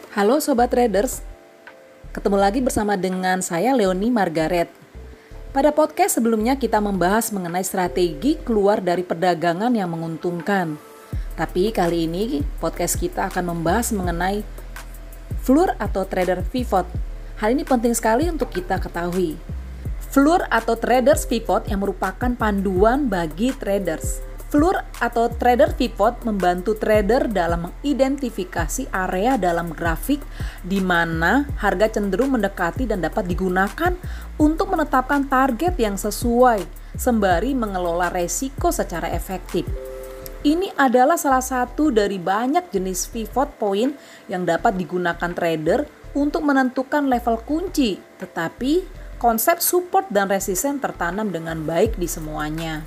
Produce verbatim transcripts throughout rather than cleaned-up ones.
Halo Sobat Traders, ketemu lagi bersama dengan saya Leonie Margaret. Pada podcast sebelumnya kita membahas mengenai strategi keluar dari perdagangan yang menguntungkan. Tapi kali ini podcast kita akan membahas mengenai floor atau trader pivot. Hal ini penting sekali untuk kita ketahui. Floor atau traders pivot yang merupakan panduan bagi traders. Floor atau trader pivot membantu trader dalam mengidentifikasi area dalam grafik di mana harga cenderung mendekati dan dapat digunakan untuk menetapkan target yang sesuai sembari mengelola resiko secara efektif. Ini adalah salah satu dari banyak jenis pivot point yang dapat digunakan trader untuk menentukan level kunci, tetapi konsep support dan resisten tertanam dengan baik di semuanya.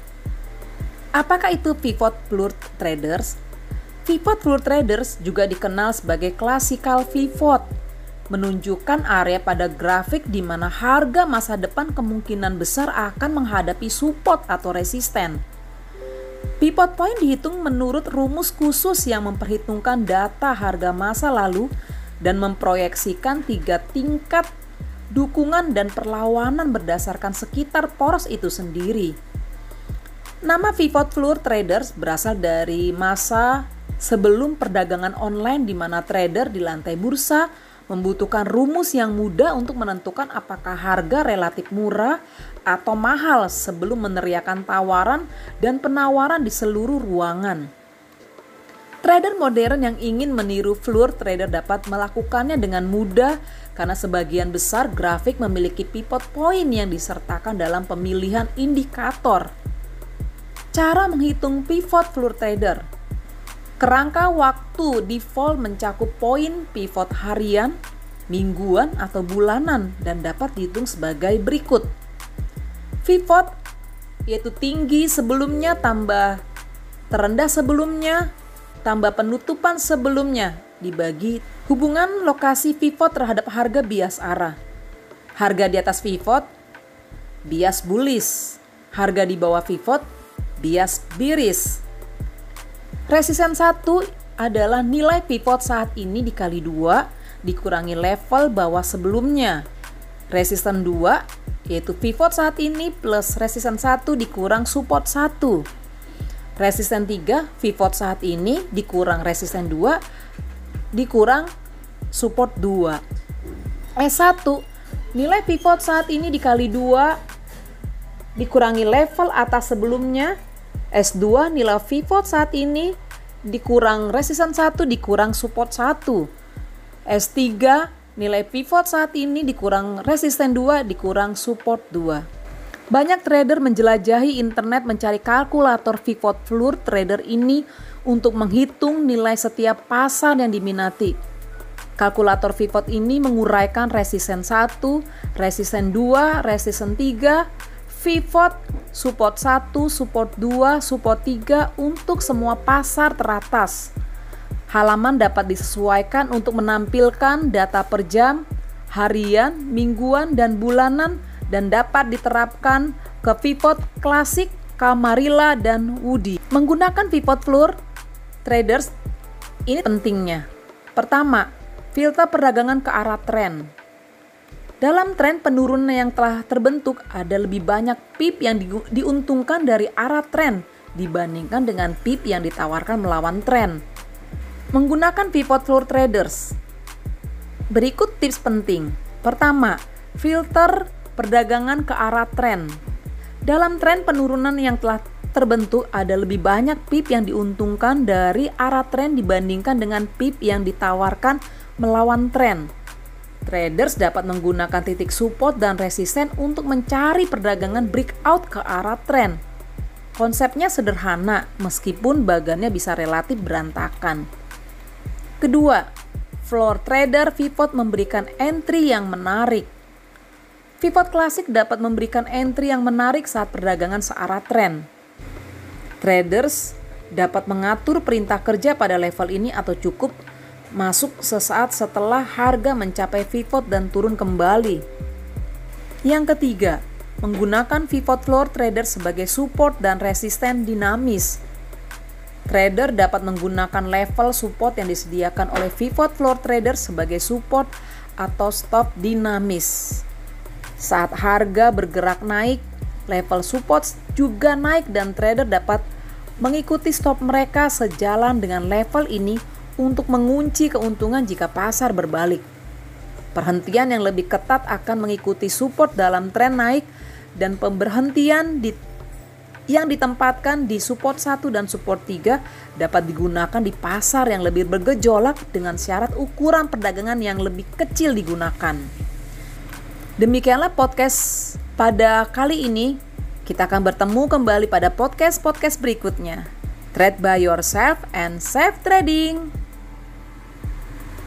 Apakah itu pivot floor traders? Pivot floor traders juga dikenal sebagai classical pivot, menunjukkan area pada grafik di mana harga masa depan kemungkinan besar akan menghadapi support atau resisten. Pivot point dihitung menurut rumus khusus yang memperhitungkan data harga masa lalu dan memproyeksikan tiga tingkat dukungan dan perlawanan berdasarkan sekitar poros itu sendiri. Nama pivot floor traders berasal dari masa sebelum perdagangan online di mana trader di lantai bursa membutuhkan rumus yang mudah untuk menentukan apakah harga relatif murah atau mahal sebelum meneriakkan tawaran dan penawaran di seluruh ruangan. Trader modern yang ingin meniru floor trader dapat melakukannya dengan mudah karena sebagian besar grafik memiliki pivot point yang disertakan dalam pemilihan indikator. Cara menghitung pivot floor trader. Kerangka waktu default mencakup poin pivot harian, mingguan, atau bulanan dan dapat dihitung sebagai berikut. Pivot yaitu tinggi sebelumnya tambah terendah sebelumnya tambah penutupan sebelumnya dibagi hubungan lokasi pivot terhadap harga bias arah. Harga di atas pivot bias bullish, harga di bawah pivot bias bearish. Resisten satu adalah nilai pivot saat ini dikali dua dikurangi level bawah sebelumnya. Resisten dua yaitu pivot saat ini plus resisten satu dikurang support satu. Resisten tiga pivot saat ini dikurang resisten dua dikurang support dua. S satu nilai pivot saat ini dikali dua dikurangi level atas sebelumnya. S dua nilai pivot saat ini dikurang resisten satu dikurang support satu. S tiga nilai pivot saat ini dikurang resisten dua dikurang support dua. Banyak trader menjelajahi internet mencari kalkulator pivot floor trader ini untuk menghitung nilai setiap pasar yang diminati. Kalkulator pivot ini menguraikan resisten satu, resisten dua, resisten tiga, pivot, support satu, support dua, support tiga untuk semua pasar teratas. Halaman dapat disesuaikan untuk menampilkan data per jam, harian, mingguan, dan bulanan dan dapat diterapkan ke pivot klasik, Camarilla, dan Woody. Menggunakan pivot floor traders ini pentingnya. Pertama, filter perdagangan ke arah tren. Dalam tren penurunan yang telah terbentuk, ada lebih banyak pip yang di, diuntungkan dari arah tren dibandingkan dengan pip yang ditawarkan melawan tren. Menggunakan pivot floor traders. Berikut tips penting. Pertama, filter perdagangan ke arah tren. Dalam tren penurunan yang telah terbentuk, ada lebih banyak pip yang diuntungkan dari arah tren dibandingkan dengan pip yang ditawarkan melawan tren. Traders dapat menggunakan titik support dan resisten untuk mencari perdagangan breakout ke arah tren. Konsepnya sederhana meskipun bagannya bisa relatif berantakan. Kedua, floor trader pivot memberikan entry yang menarik. Pivot klasik dapat memberikan entry yang menarik saat perdagangan searah tren. Traders dapat mengatur perintah kerja pada level ini atau cukup masuk sesaat setelah harga mencapai pivot dan turun kembali. Yang ketiga, menggunakan pivot floor trader sebagai support dan resisten dinamis. trader dapat menggunakan level support yang disediakan oleh pivot floor trader sebagai support atau stop dinamis. Saat harga bergerak naik, level support juga naik dan trader dapat mengikuti stop mereka sejalan dengan level ini untuk mengunci keuntungan jika pasar berbalik. Perhentian yang lebih ketat akan mengikuti support dalam tren naik dan pemberhentian di, yang ditempatkan di support satu dan support tiga dapat digunakan di pasar yang lebih bergejolak dengan syarat ukuran perdagangan yang lebih kecil digunakan. Demikianlah podcast pada kali ini. Kita akan bertemu kembali pada podcast-podcast berikutnya. Trade by yourself and safe trading.